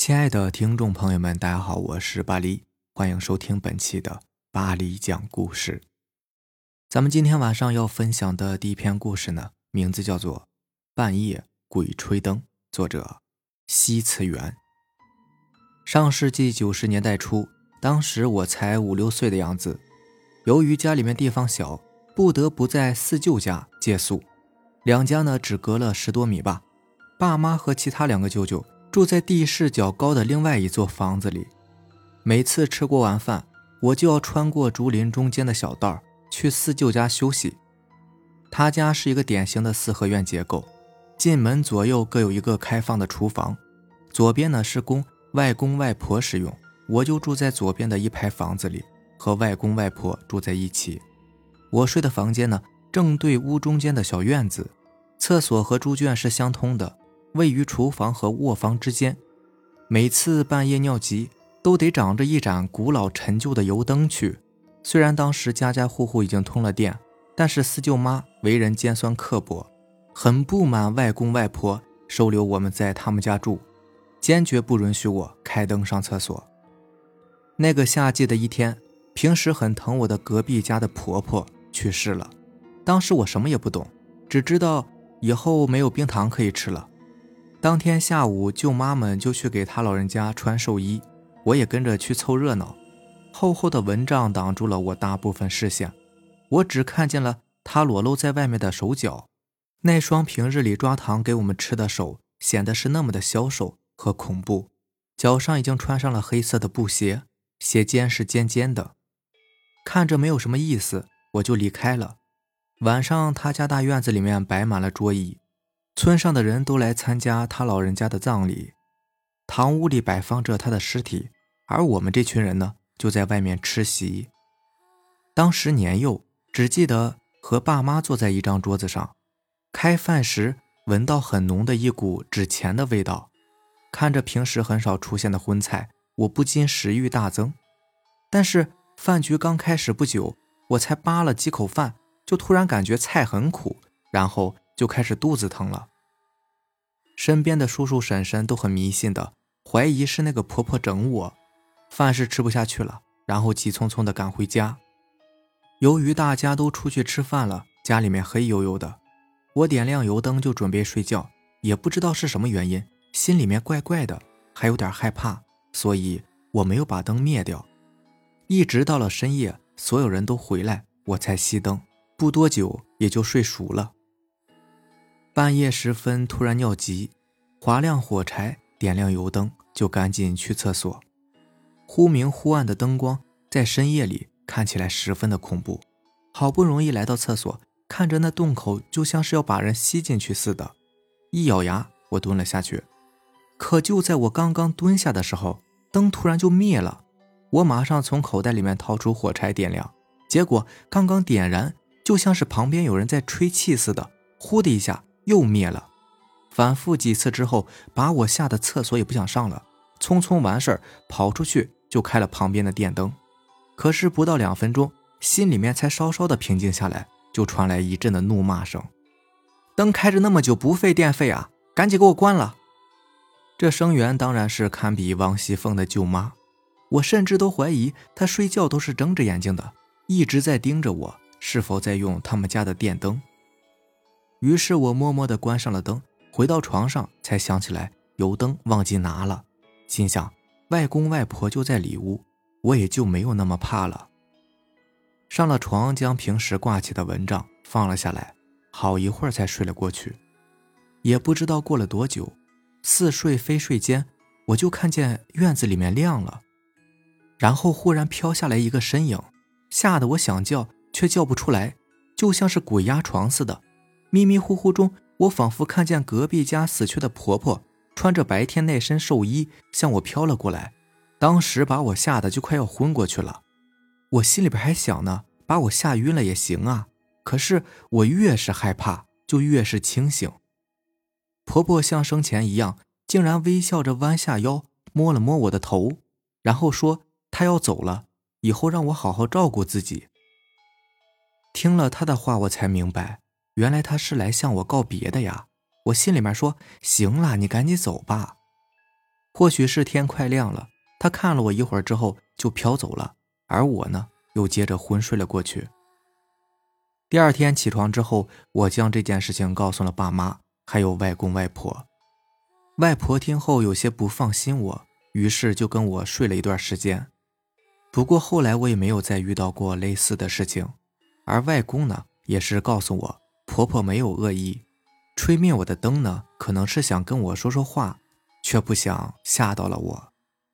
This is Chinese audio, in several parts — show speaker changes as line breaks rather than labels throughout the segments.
亲爱的听众朋友们，大家好，我是巴黎，欢迎收听本期的巴黎讲故事。咱们今天晚上要分享的第一篇故事呢，名字叫做《半夜鬼吹灯》，作者西次元。上世纪90年代初，当时我才5、6岁的样子，由于家里面地方小，不得不在四舅家借宿，两家呢只隔了10多米吧。爸妈和其他2个舅舅住在地势较高的另外一座房子里。每次吃过晚饭，我就要穿过竹林中间的小道去四舅家休息。他家是一个典型的四合院结构，进门左右各有一个开放的厨房，左边呢是供外公外婆使用，我就住在左边的一排房子里，和外公外婆住在一起。我睡的房间呢正对屋中间的小院子，厕所和猪圈是相通的，位于厨房和卧房之间。每次半夜尿急都得长着一盏古老陈旧的油灯去。虽然当时家家户户已经通了电，但是四舅妈为人尖酸刻薄，很不满外公外婆收留我们在他们家住，坚决不允许我开灯上厕所。那个夏季的一天，平时很疼我的隔壁家的婆婆去世了。当时我什么也不懂，只知道以后没有冰糖可以吃了。当天下午，舅妈们就去给她老人家穿寿衣，我也跟着去凑热闹。厚厚的蚊帐挡住了我大部分视线，我只看见了她裸露在外面的手脚。那双平日里抓糖给我们吃的手显得是那么的消瘦和恐怖，脚上已经穿上了黑色的布鞋，鞋尖是尖尖的。看着没有什么意思，我就离开了。晚上他家大院子里面摆满了桌椅，村上的人都来参加他老人家的葬礼，堂屋里摆放着他的尸体，而我们这群人呢就在外面吃席。当时年幼，只记得和爸妈坐在一张桌子上，开饭时闻到很浓的一股纸钱的味道。看着平时很少出现的荤菜，我不禁食欲大增。但是饭局刚开始不久，我才扒了几口饭，就突然感觉菜很苦，然后就开始肚子疼了。身边的叔叔婶婶都很迷信的，怀疑是那个婆婆整我。饭是吃不下去了，然后急匆匆的赶回家。由于大家都出去吃饭了，家里面黑黝黝的，我点亮油灯就准备睡觉，也不知道是什么原因，心里面怪怪的，还有点害怕，所以我没有把灯灭掉。一直到了深夜，所有人都回来，我才熄灯，不多久也就睡熟了。半夜时分突然尿急，划亮火柴，点亮油灯，就赶紧去厕所。忽明忽暗的灯光在深夜里看起来十分的恐怖。好不容易来到厕所，看着那洞口就像是要把人吸进去似的，一咬牙我蹲了下去。可就在我刚刚蹲下的时候，灯突然就灭了。我马上从口袋里面掏出火柴点亮，结果刚刚点燃，就像是旁边有人在吹气似的，呼的一下又灭了。反复几次之后，把我吓得厕所也不想上了，匆匆完事儿跑出去就开了旁边的电灯。可是不到2分钟，心里面才稍稍的平静下来，就传来一阵的怒骂声：灯开着那么久不费电费啊，赶紧给我关了！这声源当然是堪比王熙凤的舅妈，我甚至都怀疑她睡觉都是睁着眼睛的，一直在盯着我是否在用他们家的电灯。于是我默默地关上了灯，回到床上才想起来油灯忘记拿了，心想外公外婆就在里屋，我也就没有那么怕了。上了床，将平时挂起的蚊帐放了下来，好一会儿才睡了过去。也不知道过了多久，似睡非睡间，我就看见院子里面亮了，然后忽然飘下来一个身影，吓得我想叫却叫不出来，就像是鬼压床似的。迷迷糊糊中，我仿佛看见隔壁家死去的婆婆穿着白天那身寿衣向我飘了过来，当时把我吓得就快要昏过去了。我心里边还想呢，把我吓晕了也行啊，可是我越是害怕就越是清醒。婆婆像生前一样，竟然微笑着弯下腰摸了摸我的头，然后说她要走了，以后让我好好照顾自己。听了她的话，我才明白，原来她是来向我告别的呀。我心里面说，行了，你赶紧走吧。 或许是天快亮了，他看了我一会儿之后就飘走了，而我呢又接着昏睡了过去。第二天起床之后，我将这件事情告诉了爸妈还有外公外婆。外婆听后有些不放心我，于是就跟我睡了一段时间。不过后来我也没有再遇到过类似的事情。而外公呢也是告诉我婆婆没有恶意，吹灭我的灯呢可能是想跟我说说话，却不想吓到了我。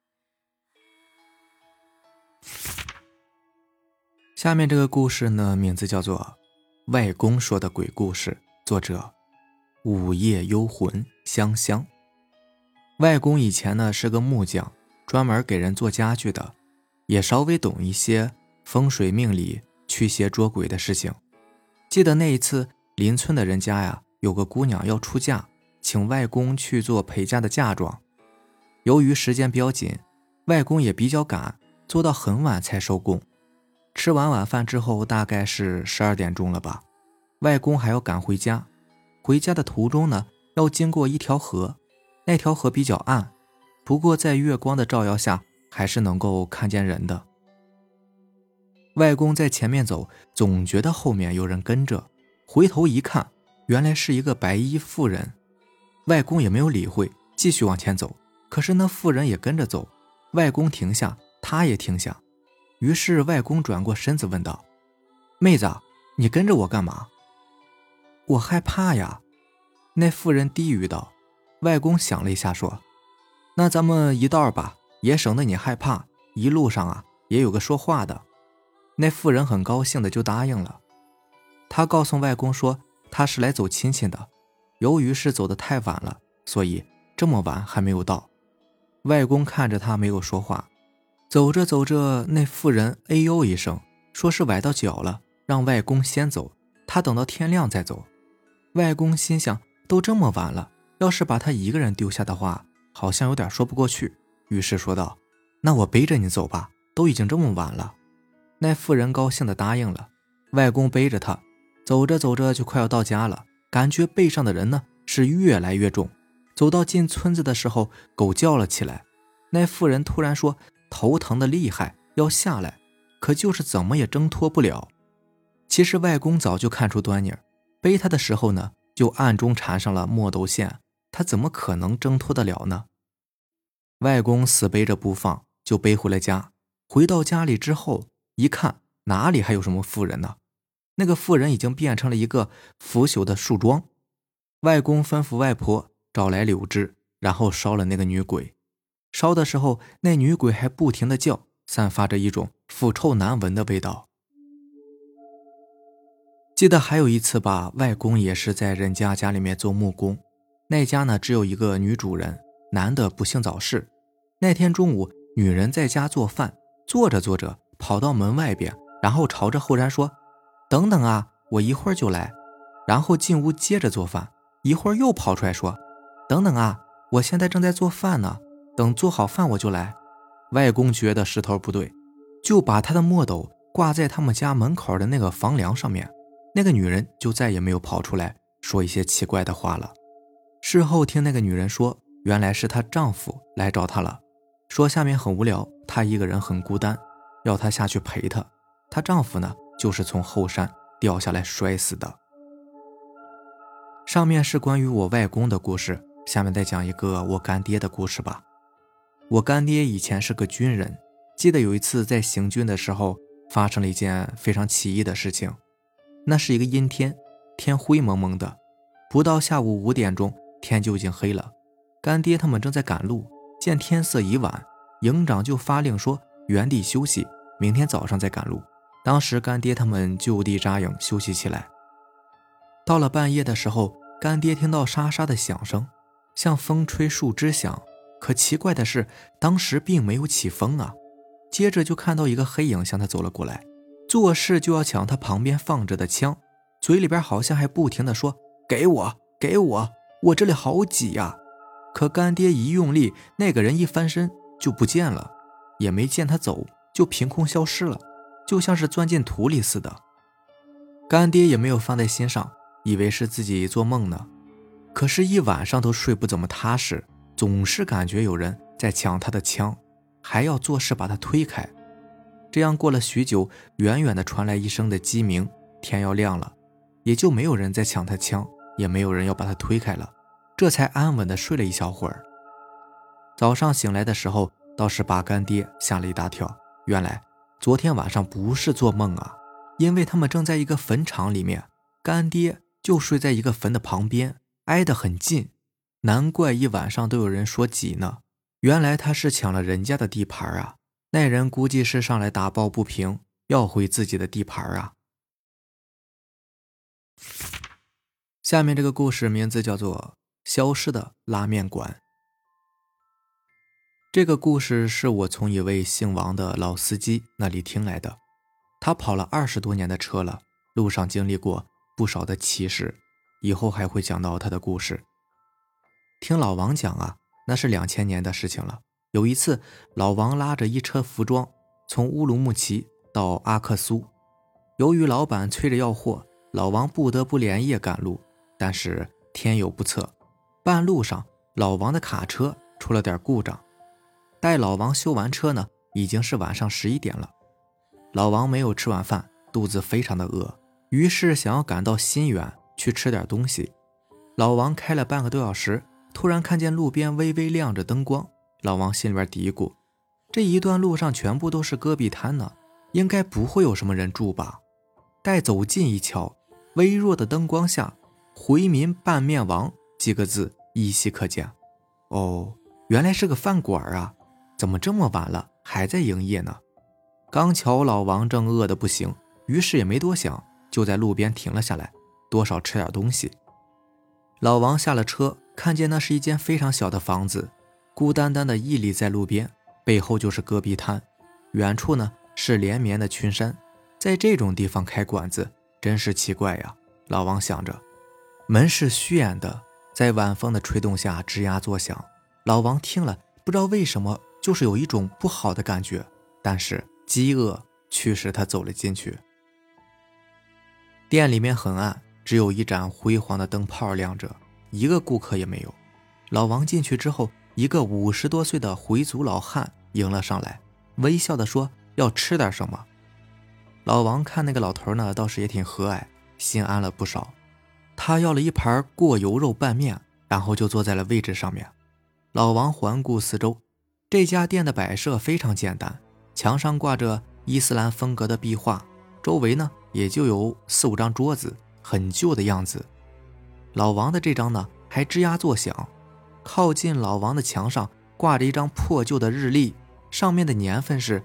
下面这个故事呢名字叫做外公说的鬼故事，作者午夜幽魂香香。外公以前呢是个木匠，专门给人做家具的，也稍微懂一些风水命理驱邪捉鬼的事情。记得那一次邻村的人家呀有个姑娘要出嫁，请外公去做陪嫁的嫁妆。由于时间比较紧，外公也比较赶，做到很晚才收工。吃完晚饭之后大概是12点钟了吧，外公还要赶回家。回家的途中呢要经过一条河，那条河比较暗，不过在月光的照耀下还是能够看见人的。外公在前面走，总觉得后面有人跟着，回头一看，原来是一个白衣妇人。外公也没有理会，继续往前走，可是那妇人也跟着走，外公停下，他也停下。于是外公转过身子问道：妹子，你跟着我干嘛？我害怕呀。那妇人低语道。外公想了一下说：那咱们一道吧，也省得你害怕，一路上啊也有个说话的。那妇人很高兴的就答应了。他告诉外公说他是来走亲戚的，由于是走得太晚了，所以这么晚还没有到。外公看着他没有说话。走着走着，那妇人哎呦一声，说是崴到脚了，让外公先走，他等到天亮再走。外公心想都这么晚了，要是把他一个人丢下的话，好像有点说不过去，于是说道：那我背着你走吧，都已经这么晚了。那妇人高兴地答应了。外公背着他走着走着就快要到家了，感觉背上的人呢是越来越重。走到进村子的时候，狗叫了起来。那妇人突然说头疼的厉害，要下来，可就是怎么也挣脱不了。其实外公早就看出端倪，背他的时候呢就暗中缠上了墨斗线，他怎么可能挣脱得了呢？外公死背着不放，就背回了家。回到家里之后一看，哪里还有什么妇人呢？那个妇人已经变成了一个腐朽的树桩。外公吩咐外婆找来柳枝，然后烧了那个女鬼。烧的时候，那女鬼还不停地叫，散发着一种腐臭难闻的味道。记得还有一次吧，外公也是在人家家里面做木工。那家呢只有一个女主人，男的不幸早逝。那天中午，女人在家做饭，做着做着跑到门外边，然后朝着后山说：等等啊，我一会儿就来。然后进屋接着做饭，一会儿又跑出来说：等等啊，我现在正在做饭呢，等做好饭我就来。外公觉得势头不对，就把他的墨斗挂在他们家门口的那个房梁上面。那个女人就再也没有跑出来说一些奇怪的话了。事后听那个女人说，原来是她丈夫来找她了，说下面很无聊，她一个人很孤单，要她下去陪她。她丈夫呢就是从后山掉下来摔死的。上面是关于我外公的故事，下面再讲一个我干爹的故事吧。我干爹以前是个军人，记得有一次在行军的时候发生了一件非常奇异的事情。那是一个阴天，天灰蒙蒙的，不到下午5点钟天就已经黑了。干爹他们正在赶路，见天色已晚，营长就发令说原地休息，明天早上再赶路。当时干爹他们就地扎营休息起来。到了半夜的时候，干爹听到沙沙的响声，像风吹树枝响，可奇怪的是当时并没有起风啊。接着就看到一个黑影向他走了过来，做事就要抢他旁边放着的枪，嘴里边好像还不停地说给我给我，我这里好挤呀。可干爹一用力，那个人一翻身就不见了，也没见他走，就凭空消失了，就像是钻进土里似的。干爹也没有放在心上，以为是自己做梦呢。可是一晚上都睡不怎么踏实，总是感觉有人在抢他的枪，还要做事把他推开。这样过了许久，远远地传来一声的鸡鸣，天要亮了，也就没有人再抢他枪，也没有人要把他推开了，这才安稳地睡了一小会儿。早上醒来的时候，倒是把干爹吓了一大跳，原来昨天晚上不是做梦啊，因为他们正在一个坟场里面，干爹就睡在一个坟的旁边，挨得很近，难怪一晚上都有人说挤呢，原来他是抢了人家的地盘啊，那人估计是上来打抱不平，要回自己的地盘啊。下面这个故事名字叫做消失的拉面馆。这个故事是我从一位姓王的老司机那里听来的，他跑了20多年的车了，路上经历过不少的奇事，以后还会讲到他的故事。听老王讲啊，那是2000年的事情了。有一次，老王拉着一车服装从乌鲁木齐到阿克苏，由于老板催着要货，老王不得不连夜赶路。但是天有不测，半路上老王的卡车出了点故障，待老王修完车呢，已经是晚上11点了。老王没有吃晚饭，肚子非常的饿，于是想要赶到新源去吃点东西。老王开了半个多小时，突然看见路边微微亮着灯光，老王心里边嘀咕，这一段路上全部都是戈壁滩呢，应该不会有什么人住吧。待走近一瞧，微弱的灯光下，回民拌面王几个字依稀可见。哦，原来是个饭馆啊，怎么这么晚了还在营业呢？刚巧老王正饿得不行，于是也没多想，就在路边停了下来，多少吃点东西。老王下了车，看见那是一间非常小的房子，孤单单的屹立在路边，背后就是戈壁滩，远处呢是连绵的群山，在这种地方开馆子真是奇怪呀。老王想着，门是虚掩的，在晚风的吹动下吱呀作响。老王听了，不知道为什么就是有一种不好的感觉，但是饥饿驱使他走了进去。店里面很暗，只有一盏辉煌的灯泡亮着，一个顾客也没有。老王进去之后，一个50多岁的回族老汉迎了上来，微笑地说要吃点什么。老王看那个老头呢，倒是也挺和蔼，心安了不少。他要了一盘过油肉拌面，然后就坐在了位置上面。老王环顾四周，这家店的摆设非常简单，墙上挂着伊斯兰风格的壁画，周围呢也就有4、5张桌子，很旧的样子。老王的这张呢还吱呀作响，靠近老王的墙上挂着一张破旧的日历，上面的年份是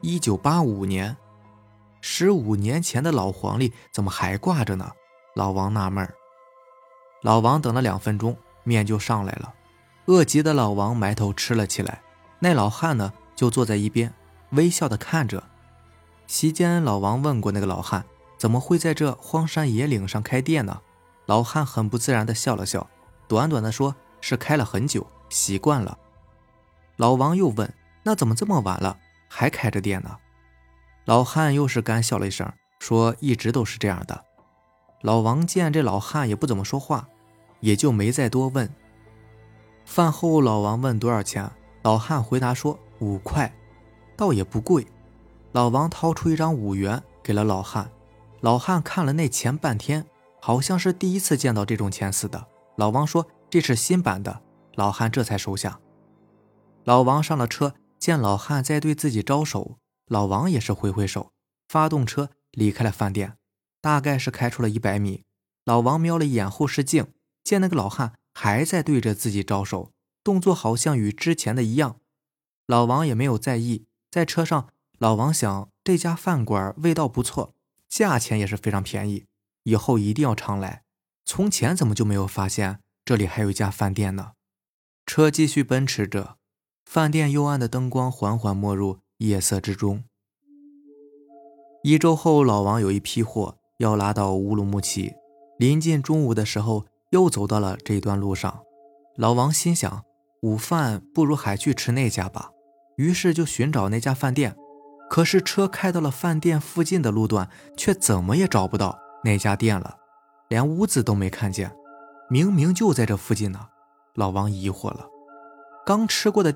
1985年。15年前的老黄历怎么还挂着呢？老王纳闷。老王等了2分钟，面就上来了。饿极的老王埋头吃了起来，那老汉呢就坐在一边，微笑地看着。席间老王问过那个老汉，怎么会在这荒山野岭上开店呢？老汉很不自然地笑了笑，短短地说是开了很久，习惯了。老王又问，那怎么这么晚了还开着店呢？老汉又是干笑了一声，说一直都是这样的。老王见这老汉也不怎么说话，也就没再多问。饭后老王问多少钱，老汉回答说5块，倒也不贵。老王掏出一张5元给了老汉，老汉看了那钱半天，好像是第一次见到这种钱似的。老王说这是新版的，老汉这才收下。老王上了车，见老汉在对自己招手，老王也是挥挥手，发动车离开了饭店。大概是开出了100米，老王瞄了一眼后视镜，见那个老汉还在对着自己招手，动作好像与之前的一样。老王也没有在意，在车上老王想，这家饭馆味道不错，价钱也是非常便宜，以后一定要常来。从前怎么就没有发现这里还有一家饭店呢？车继续奔驰着，饭店幽暗的灯光缓缓没入夜色之中。1周后，老王有一批货要拉到乌鲁木齐，临近中午的时候又走到了这段路上。老王心想，午饭不如还去吃那家吧，于是就寻找那家饭店。可是车开到了饭店附近的路段，却怎么也找不到那家店了，连屋子都没看见，明明就在这附近呢。老王疑惑了，刚吃过的店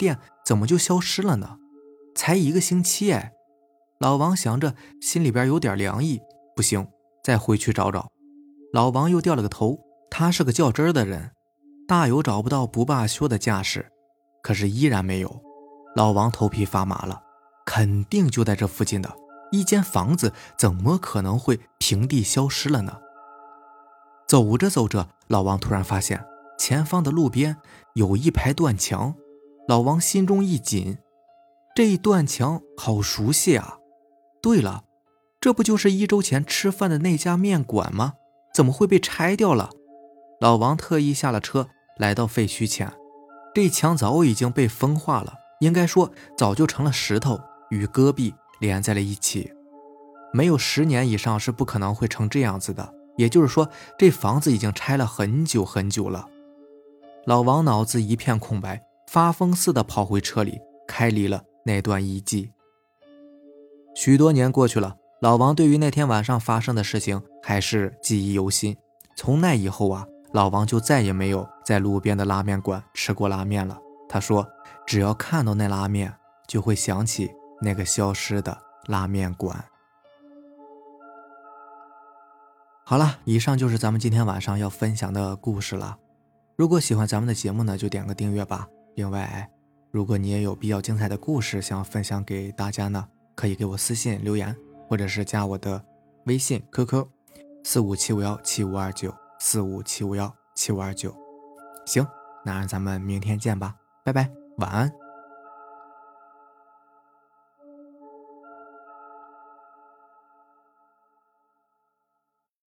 怎么就消失了呢？才1个星期哎！老王想着，心里边有点凉意，不行，再回去找找。老王又掉了个头，他是个较真儿的人，大有找不到不罢休的架势，可是依然没有。老王头皮发麻了，肯定就在这附近的一间房子，怎么可能会平地消失了呢？走着走着，老王突然发现前方的路边有一排断墙，老王心中一紧，这一断墙好熟悉啊！对了，这不就是1周前吃饭的那家面馆吗？怎么会被拆掉了？老王特意下了车，来到废墟前，这墙早已经被风化了，应该说早就成了石头，与戈壁连在了一起。没有10年以上是不可能会成这样子的，也就是说，这房子已经拆了很久很久了。老王脑子一片空白，发疯似的跑回车里，开离了那段遗迹。许多年过去了，老王对于那天晚上发生的事情还是记忆犹新。从那以后啊，老王就再也没有在路边的拉面馆吃过拉面了。他说，只要看到那拉面，就会想起那个消失的拉面馆。好了，以上就是咱们今天晚上要分享的故事了。如果喜欢咱们的节目呢，就点个订阅吧。另外，如果你也有比较精彩的故事想要分享给大家呢，可以给我私信留言，或者是加我的微信 QQ 45717529 45717529。行，那咱们明天见吧，拜拜，晚安。